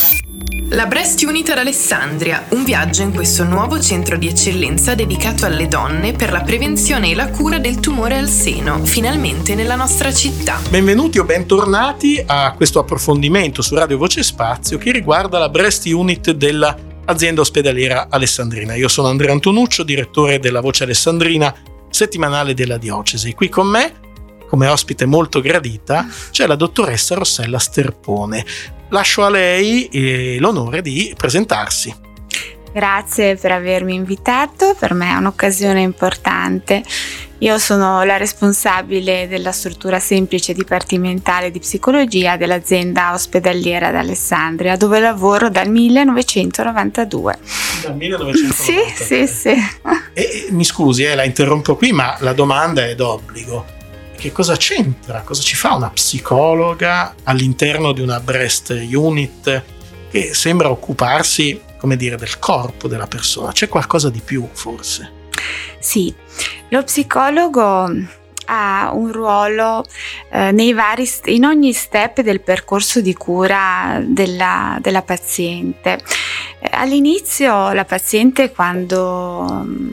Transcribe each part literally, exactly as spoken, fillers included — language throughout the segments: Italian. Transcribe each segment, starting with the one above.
La Breast Unit ad Alessandria, un viaggio in questo nuovo centro di eccellenza dedicato alle donne per la prevenzione e la cura del tumore al seno, finalmente nella nostra città. Benvenuti o bentornati a questo approfondimento su Radio Voce Spazio che riguarda la Breast Unit della azienda ospedaliera alessandrina. Io sono Andrea Antonuccio, direttore della Voce Alessandrina, settimanale della diocesi. Qui con me, come ospite molto gradita, c'è la dottoressa Rossella Sterpone. Lascio a lei eh, l'onore di presentarsi. Grazie per avermi invitato, per me è un'occasione importante. Io sono la responsabile della struttura semplice dipartimentale di psicologia dell'azienda ospedaliera d'Alessandria, dove lavoro dal millenovecentonovantadue. Dal millenovecentonovantadue? Sì, sì, sì. E, mi scusi, eh, la interrompo qui, ma la domanda è d'obbligo. Che cosa c'entra? Cosa ci fa una psicologa all'interno di una breast unit che sembra occuparsi, come dire, del corpo della persona? C'è qualcosa di più, forse? Sì, lo psicologo ha un ruolo eh, nei vari st- in ogni step del percorso di cura della, della paziente. Eh, all'inizio la paziente, quando mh,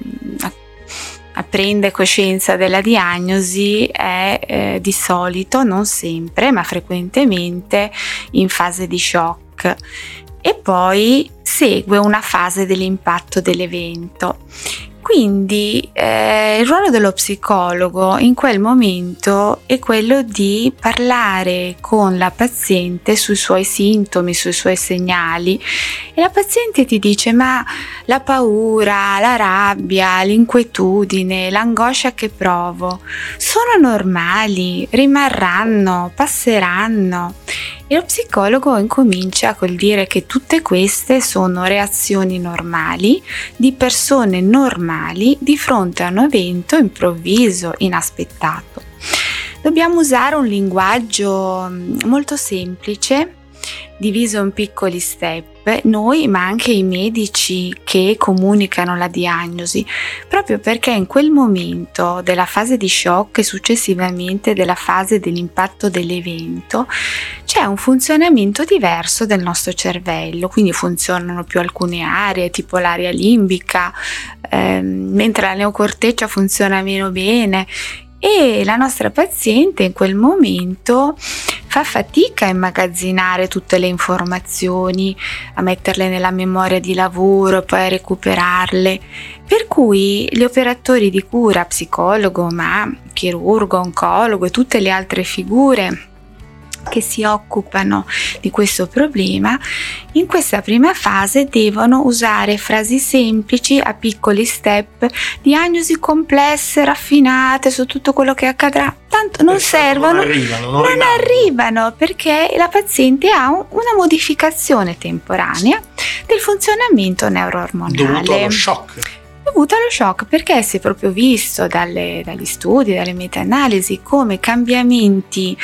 prende coscienza della diagnosi, è eh, di solito, non sempre, ma frequentemente in fase di shock, e poi segue una fase dell'impatto dell'evento. Quindi eh, il ruolo dello psicologo in quel momento è quello di parlare con la paziente sui suoi sintomi, sui suoi segnali, e la paziente ti dice: ma la paura, la rabbia, l'inquietudine, l'angoscia che provo sono normali, rimarranno, passeranno. E lo psicologo incomincia col dire che tutte queste sono reazioni normali di persone normali di fronte a un evento improvviso, inaspettato. Dobbiamo usare un linguaggio molto semplice, diviso in piccoli step, noi ma anche i medici che comunicano la diagnosi, proprio perché in quel momento della fase di shock e successivamente della fase dell'impatto dell'evento c'è un funzionamento diverso del nostro cervello, quindi funzionano più alcune aree, tipo l'area limbica, ehm, mentre la neocorteccia funziona meno bene, e la nostra paziente in quel momento fa fatica a immagazzinare tutte le informazioni, a metterle nella memoria di lavoro e poi a recuperarle. Per cui gli operatori di cura, psicologo, ma chirurgo, oncologo e tutte le altre figure che si occupano di questo problema, in questa prima fase devono usare frasi semplici a piccoli step, diagnosi complesse, raffinate su tutto quello che accadrà, tanto non Perché servono, non arrivano, non non arrivano perché la paziente ha un, una modificazione temporanea del funzionamento neuroormonale. Dovuto allo shock. Dovuto allo shock, perché si è proprio visto dalle, dagli studi, dalle meta-analisi, come cambiamenti,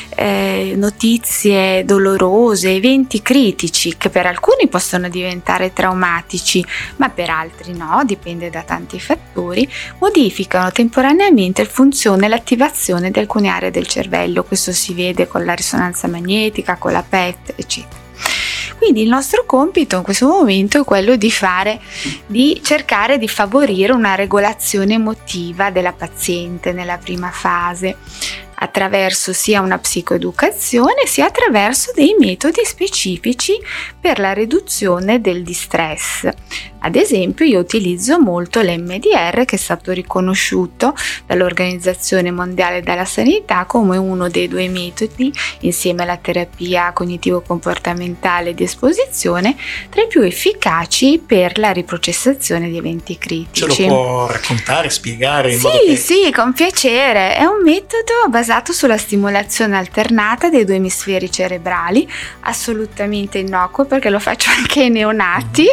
eh, notizie dolorose, eventi critici che per alcuni possono diventare traumatici, ma per altri no, dipende da tanti fattori, modificano temporaneamente il funzione e l'attivazione di alcune aree del cervello. Questo si vede con la risonanza magnetica, con la P E T, eccetera. Quindi il nostro compito in questo momento è quello di fare, di cercare di favorire una regolazione emotiva della paziente nella prima fase, attraverso sia una psicoeducazione sia attraverso dei metodi specifici per la riduzione del distress. Ad esempio, io utilizzo molto l'M D R, che è stato riconosciuto dall'Organizzazione Mondiale della Sanità come uno dei due metodi, insieme alla terapia cognitivo-comportamentale di esposizione, tra i più efficaci per la riprocessazione di eventi critici. Ce lo può raccontare, spiegare? In sì, modo che... sì, con piacere. È un metodo basato sulla stimolazione alternata dei due emisferi cerebrali, assolutamente innocuo perché lo faccio anche ai neonati.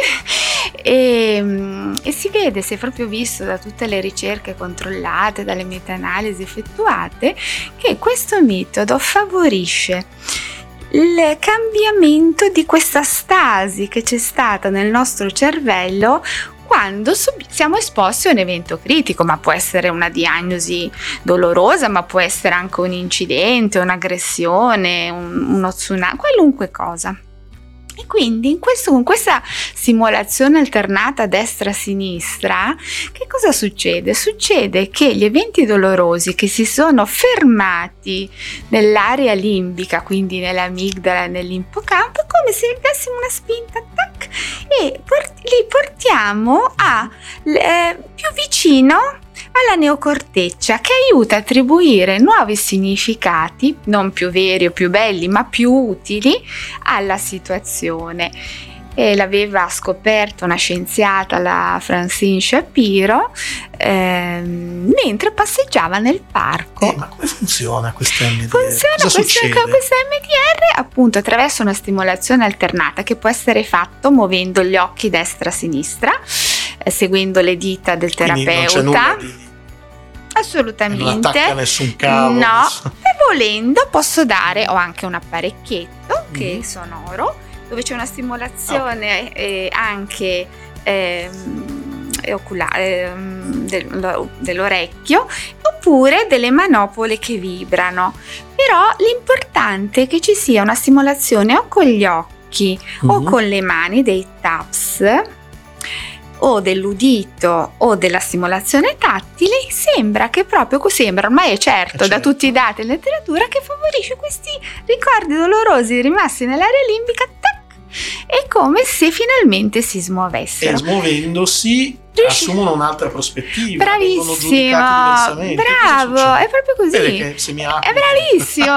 E, e si vede, si è proprio visto da tutte le ricerche controllate, dalle meta-analisi effettuate, che questo metodo favorisce il cambiamento di questa stasi che c'è stata nel nostro cervello quando siamo esposti a un evento critico, ma può essere una diagnosi dolorosa, ma può essere anche un incidente, un'aggressione, un, uno tsunami, qualunque cosa. E quindi in questo, con questa stimolazione alternata destra-sinistra, che cosa succede? Succede che gli eventi dolorosi che si sono fermati nell'area limbica, quindi nell'amigdala e nell'ippocampo, è come se dessimo una spinta, tac, e port- li portiamo a eh, più vicino alla neocorteccia, che aiuta a attribuire nuovi significati, non più veri o più belli, ma più utili alla situazione. E l'aveva scoperto una scienziata, la Francine Shapiro, ehm, mentre passeggiava nel parco. Eh, ma come funziona questa M D R? Funziona Cosa questa, succede? questa M D R appunto attraverso una stimolazione alternata che può essere fatto muovendo gli occhi destra-sinistra, eh, seguendo le dita del Quindi terapeuta. non c'è nulla di... Assolutamente. Non attacca nessun cavo. No, nessun... e volendo posso dare, ho anche un apparecchietto che Mm. è sonoro, dove c'è una stimolazione eh, anche ehm, oculare ehm, del- dell'orecchio, oppure delle manopole che vibrano. Però l'importante è che ci sia una stimolazione o con gli occhi o Mhm. con le mani, dei taps, o dell'udito o della stimolazione tattile. Sembra che proprio sembra, ormai è certo, Eh, da certo. tutti i dati e letteratura, che favorisce questi ricordi dolorosi rimasti nell'area limbica, tac, è come se finalmente si E smuovessero. smuovendosi Riusci- assumono un'altra prospettiva. vengono Bravissimo, giudicati diversamente. bravo, Cosa è succede? proprio così. Vede che se mi apri- È bravissimo!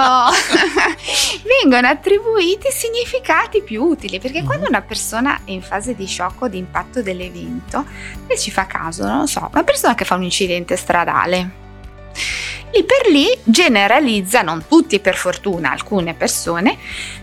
Vengono attribuiti significati più utili, perché Mhm. quando una persona è in fase di shock o di impatto dell'evento, e ci fa caso, non lo so, una persona che fa un incidente stradale, lì per lì generalizza, non tutti per fortuna, alcune persone,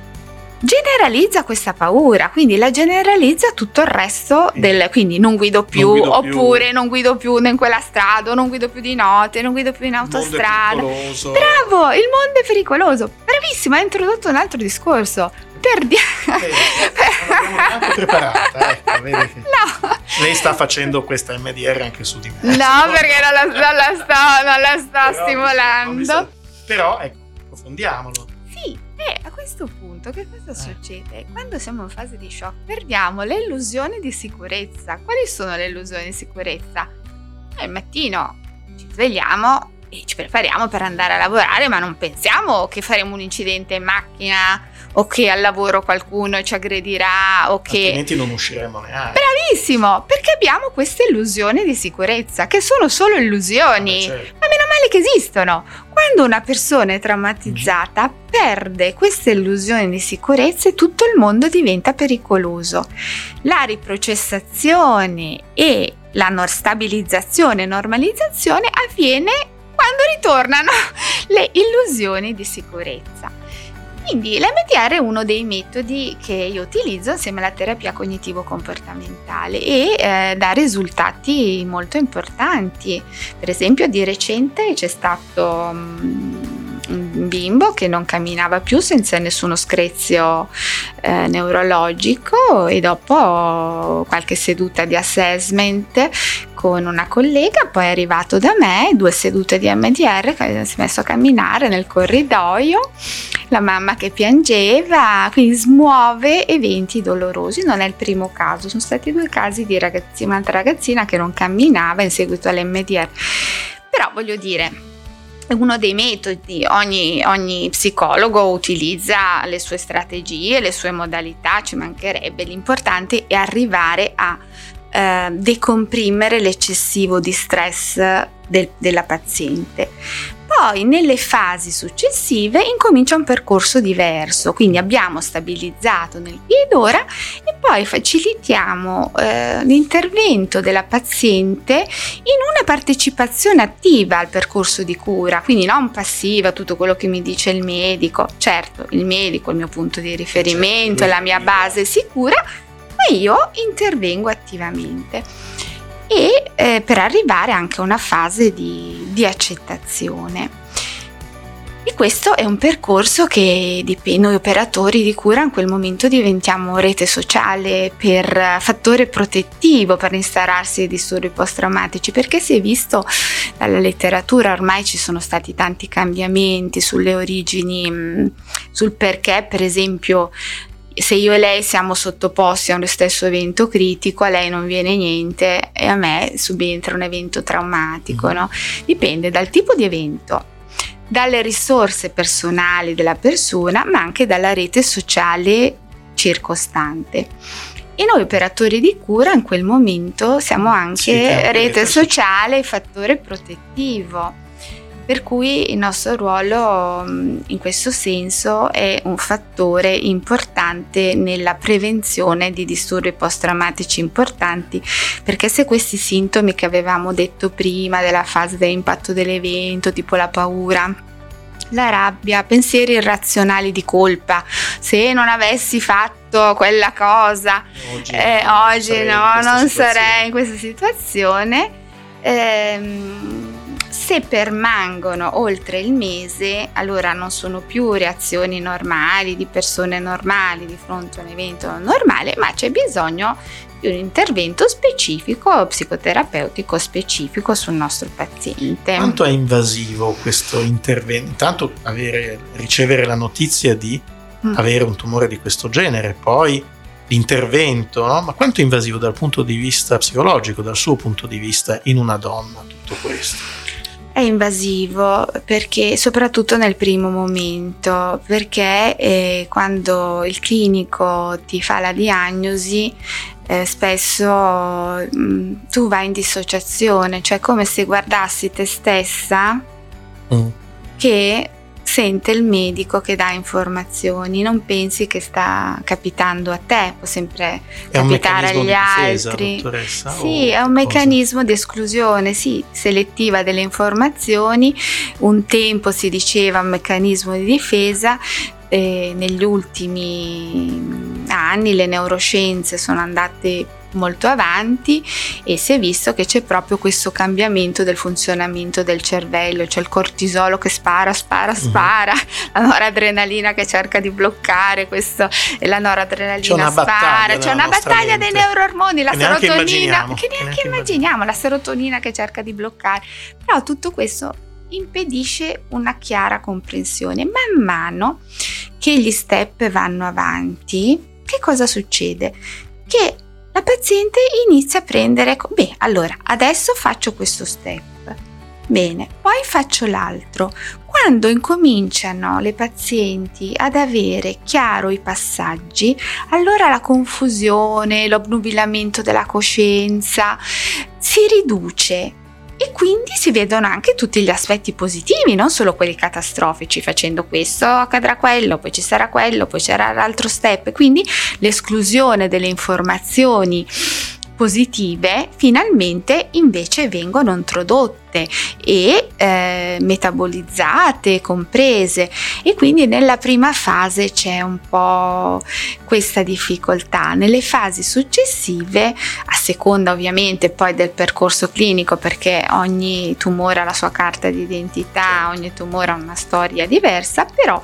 generalizza questa paura, quindi la generalizza a tutto il resto del, quindi non guido più, Non guido più. oppure non guido più in quella strada, o non guido più di notte, non guido più in Il mondo è autostrada. pericoloso. Bravo, il mondo è pericoloso. Bravissimo, ha introdotto un altro discorso. Per di- Vedi, non l'avevo neanche preparata, ecco, vedi che No, lei sta facendo questa M D R anche su di me. no, perché non la, non la sto, non la sto Però mi sa- stimolando. mi sa- Però ecco, approfondiamolo. Sì, e a questo punto che cosa Eh. succede? Quando siamo in fase di shock perdiamo le illusioni di sicurezza. Quali sono le illusioni di sicurezza? Noi al mattino ci svegliamo e ci prepariamo per andare a lavorare, ma non pensiamo che faremo un incidente in macchina o che al lavoro qualcuno ci aggredirà o che... Altrimenti non usciremo neanche. Bravissimo, perché abbiamo queste illusioni di sicurezza, che sono solo illusioni. Vabbè, certo. Ma meno male che esistono. Quando una persona è traumatizzata, perde queste illusioni di sicurezza e tutto il mondo diventa pericoloso. La riprocessazione e la no- stabilizzazione e normalizzazione avviene quando ritornano le illusioni di sicurezza. Quindi l'M D R è uno dei metodi che io utilizzo insieme alla terapia cognitivo-comportamentale e eh, dà risultati molto importanti. Per esempio, di recente c'è stato um, un bimbo che non camminava più senza nessuno screzio eh, neurologico, e dopo qualche seduta di assessment con una collega poi è arrivato da me, due sedute di M D R, che si è messo a camminare nel corridoio, la mamma che piangeva, quindi smuove eventi dolorosi. Non è il primo caso, sono stati due casi di ragazzina, un'altra ragazzina che non camminava in seguito all'M D R. Però voglio dire, è uno dei metodi, ogni, ogni psicologo utilizza le sue strategie, le sue modalità, ci mancherebbe, l'importante è arrivare a eh, decomprimere l'eccessivo di stress del, della paziente. Poi nelle fasi successive incomincia un percorso diverso, quindi abbiamo stabilizzato nel qui ed ora e poi facilitiamo eh, l'intervento della paziente in una partecipazione attiva al percorso di cura, quindi non passiva, tutto quello che mi dice il medico. Certo, il medico è il mio punto di riferimento, è la mia base sicura, ma io intervengo attivamente. E eh, per arrivare anche a una fase di, di accettazione. E questo è un percorso che dipende, noi operatori di cura in quel momento diventiamo rete sociale per fattore protettivo per instaurarsi i disturbi post-traumatici, perché si è visto dalla letteratura, ormai ci sono stati tanti cambiamenti sulle origini, sul perché per esempio se io e lei siamo sottoposti a uno stesso evento critico, a lei non viene niente e a me subentra un evento traumatico, mm. no? Dipende dal tipo di evento, dalle risorse personali della persona, ma anche dalla rete sociale circostante. E noi operatori di cura in quel momento siamo anche sì, rete, rete sociale e fattore protettivo. Per cui il nostro ruolo in questo senso è un fattore importante nella prevenzione di disturbi post-traumatici importanti, perché se questi sintomi che avevamo detto prima della fase dell'impatto dell'evento, tipo la paura, la rabbia, pensieri irrazionali di colpa, se non avessi fatto quella cosa oggi, eh, oggi no, non sarei in questa situazione, ehm, se permangono oltre il mese, allora non sono più reazioni normali di persone normali di fronte a un evento normale, ma c'è bisogno di un intervento specifico, psicoterapeutico specifico sul nostro paziente. Quanto è invasivo questo intervento? Intanto avere, ricevere la notizia di mm. avere un tumore di questo genere, poi l'intervento, no? Ma quanto è invasivo dal punto di vista psicologico, dal suo punto di vista in una donna tutto questo? È invasivo perché soprattutto nel primo momento, perché eh, quando il clinico ti fa la diagnosi eh, spesso mh, tu vai in dissociazione, cioè come se guardassi te stessa mm. che sente il medico che dà informazioni, non pensi che sta capitando a te, può sempre è capitare agli altri. Difesa, sì, è un meccanismo di esclusione, sì, selettiva delle informazioni. Un tempo si diceva un meccanismo di difesa, eh, negli ultimi anni le neuroscienze sono andate molto avanti e si è visto che c'è proprio questo cambiamento del funzionamento del cervello, c'è il cortisolo che spara, spara, spara, mm-hmm. la noradrenalina che cerca di bloccare questo e la noradrenalina spara, c'è una battaglia dei neuroormoni, la serotonina che neanche immaginiamo, la serotonina che cerca di bloccare, però tutto questo impedisce una chiara comprensione. Man mano che gli step vanno avanti, che cosa succede? Che la paziente inizia a prendere, beh, allora adesso faccio questo step, bene, poi faccio l'altro. Quando incominciano le pazienti ad avere chiaro i passaggi, allora la confusione, l'obnubilamento della coscienza si riduce. E quindi si vedono anche tutti gli aspetti positivi, non solo quelli catastrofici, facendo questo accadrà quello, poi ci sarà quello, poi c'era l'altro step. Quindi l'esclusione delle informazioni positive finalmente invece vengono introdotte e eh, metabolizzate, comprese, e quindi nella prima fase c'è un po' questa difficoltà. Nelle fasi successive, a seconda ovviamente poi del percorso clinico, perché ogni tumore ha la sua carta di identità, ogni tumore ha una storia diversa, però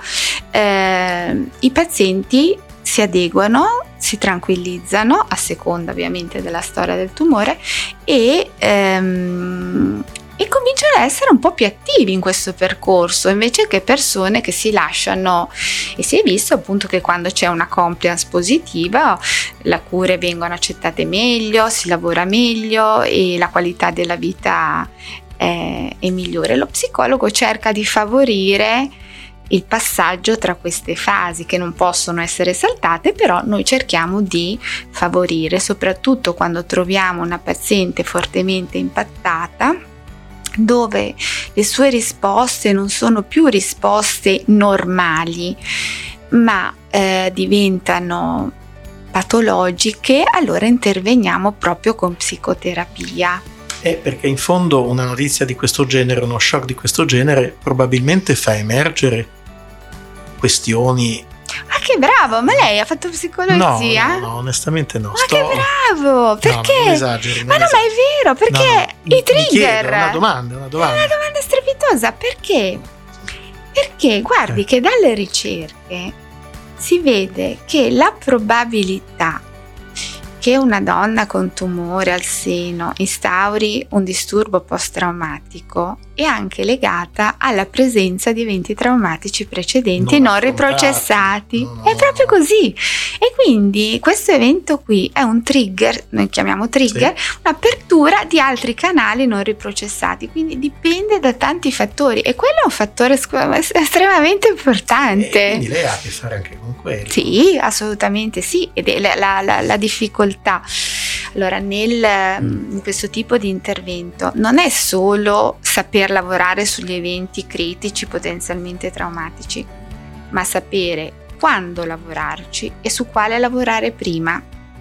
eh, i pazienti si adeguano, si tranquillizzano a seconda ovviamente della storia del tumore e, ehm, e cominciano a essere un po' più attivi in questo percorso, invece che persone che si lasciano. E si è visto appunto che quando c'è una compliance positiva le cure vengono accettate meglio, si lavora meglio e la qualità della vita è, è migliore. Lo psicologo cerca di favorire il passaggio tra queste fasi che non possono essere saltate, però noi cerchiamo di favorire, soprattutto quando troviamo una paziente fortemente impattata, dove le sue risposte non sono più risposte normali, ma eh, diventano patologiche, allora interveniamo proprio con psicoterapia. È perché in fondo una notizia di questo genere, uno shock di questo genere, probabilmente fa emergere questioni. Ah, che bravo! Ma lei ha fatto psicologia? No, no, no, onestamente no. Ma Sto... che bravo! Perché? No, non esageri, non ma no, esageri. ma è vero, perché no, no, i trigger. Chiedo, una domanda, una domanda. È una domanda strepitosa. Perché? Perché guardi eh. che dalle ricerche si vede che la probabilità che una donna con tumore al seno instauri un disturbo post-traumatico è anche legata alla presenza di eventi traumatici precedenti non, non riprocessati. No, no, è proprio così. E quindi questo evento qui è un trigger, noi chiamiamo trigger, sì. un'apertura di altri canali non riprocessati. Quindi dipende da tanti fattori e quello è un fattore estremamente importante. E quindi lei ha a che fare anche con quello. Sì, assolutamente sì. Ed è la, la, la, la difficoltà. Allora, nel, mm. in questo tipo di intervento non è solo saper lavorare sugli eventi critici potenzialmente traumatici, ma sapere quando lavorarci e su quale lavorare prima.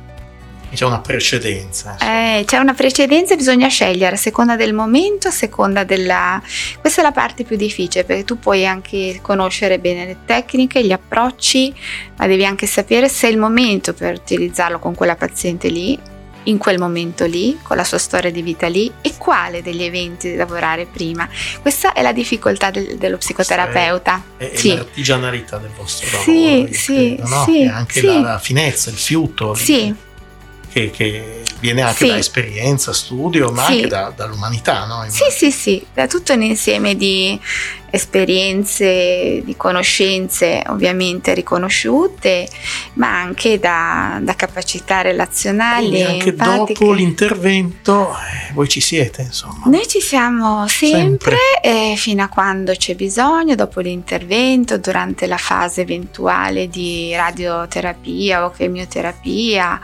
C'è una precedenza. Eh, c'è una precedenza e bisogna scegliere a seconda del momento, a seconda della... Questa è la parte più difficile, perché tu puoi anche conoscere bene le tecniche, gli approcci, ma devi anche sapere se è il momento per utilizzarlo con quella paziente lì, in quel momento lì, con la sua storia di vita lì, e quale degli eventi di lavorare prima. Questa è la difficoltà del, dello psicoterapeuta. È, è sì. l'artigianalità del vostro sì, lavoro. Sì, credo, no? sì, E anche sì. la, la finezza, il fiuto. Sì. Che, che viene anche sì. da esperienza, studio, ma sì. anche da, dall'umanità, no? Sì, sì, sì, da tutto un insieme di esperienze, di conoscenze ovviamente riconosciute, ma anche da, da capacità relazionali. E anche empatiche. Dopo l'intervento eh, voi ci siete, insomma. Noi ci siamo sempre, sempre. Eh, fino a quando c'è bisogno, dopo l'intervento, durante la fase eventuale di radioterapia o chemioterapia,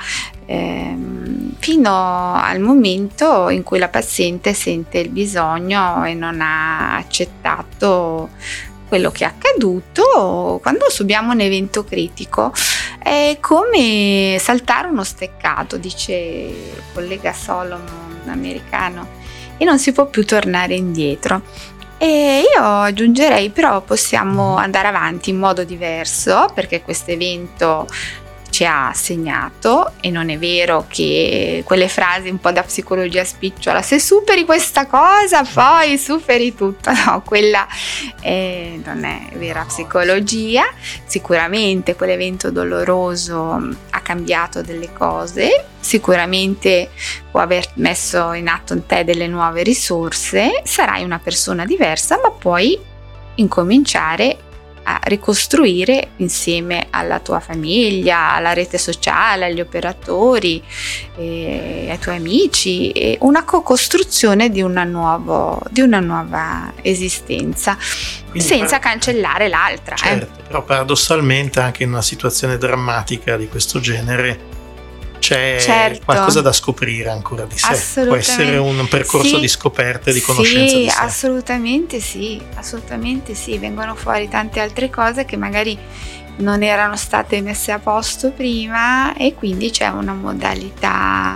ehm, fino al momento in cui la paziente sente il bisogno e non ha accettato quello che è accaduto. Quando subiamo un evento critico è come saltare uno steccato, dice il collega Solomon americano, e non si può più tornare indietro. E io aggiungerei però possiamo andare avanti in modo diverso, perché questo evento ci ha segnato, e non è vero che quelle frasi un po' da psicologia spicciola, se superi questa cosa poi superi tutto, no, quella eh, non è vera psicologia. Sicuramente quell'evento doloroso ha cambiato delle cose, sicuramente può aver messo in atto in te delle nuove risorse, sarai una persona diversa, ma puoi incominciare a ricostruire insieme alla tua famiglia, alla rete sociale, agli operatori, eh, ai tuoi amici, eh, una co-costruzione di una, nuovo, di una nuova esistenza. Quindi senza par- cancellare l'altra. Certo, eh. Però paradossalmente anche in una situazione drammatica di questo genere c'è certo. qualcosa da scoprire ancora di sé. Può essere un percorso sì. di scoperta e di conoscenza sì, di sé. Assolutamente sì, assolutamente sì. Vengono fuori tante altre cose che magari non erano state messe a posto prima, e quindi c'è una modalità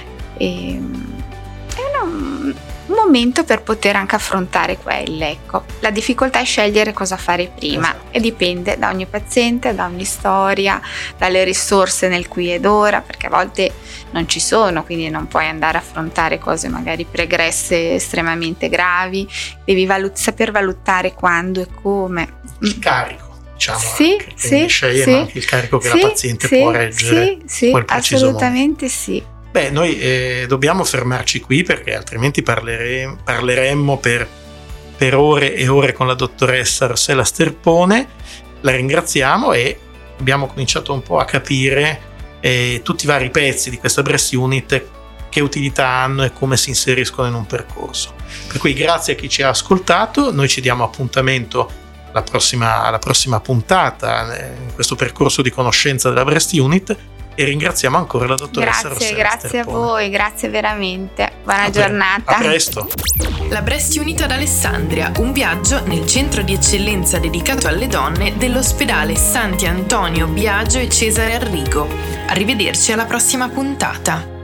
e, è una, un momento per poter anche affrontare quelle. Ecco, la difficoltà è scegliere cosa fare prima, esatto. E dipende da ogni paziente, da ogni storia, dalle risorse nel qui ed ora, perché a volte non ci sono, quindi non puoi andare a affrontare cose magari pregresse estremamente gravi. Devi valut- saper valutare quando e come. Il carico, diciamo, sì, anche, sì, sceglie, sì, ma anche il carico che sì, la paziente sì, può reggere sì, sì, quel preciso assolutamente momento. Sì. Beh, noi eh, dobbiamo fermarci qui, perché altrimenti parlere- parleremmo per, per ore e ore con la dottoressa Rossella Sterpone. La ringraziamo, e abbiamo cominciato un po' a capire eh, tutti i vari pezzi di questa Breast Unit, che utilità hanno e come si inseriscono in un percorso. Per cui grazie a chi ci ha ascoltato, noi ci diamo appuntamento alla prossima, alla prossima puntata eh, in questo percorso di conoscenza della Breast Unit. E ringraziamo ancora la dottoressa Grazie, Rossella grazie Sterpone. a voi, grazie veramente. Buona a pre- giornata. A presto. La Breast Unit ad Alessandria, un viaggio nel centro di eccellenza dedicato alle donne dell'ospedale Santi Antonio Biagio e Cesare Arrigo. Arrivederci alla prossima puntata.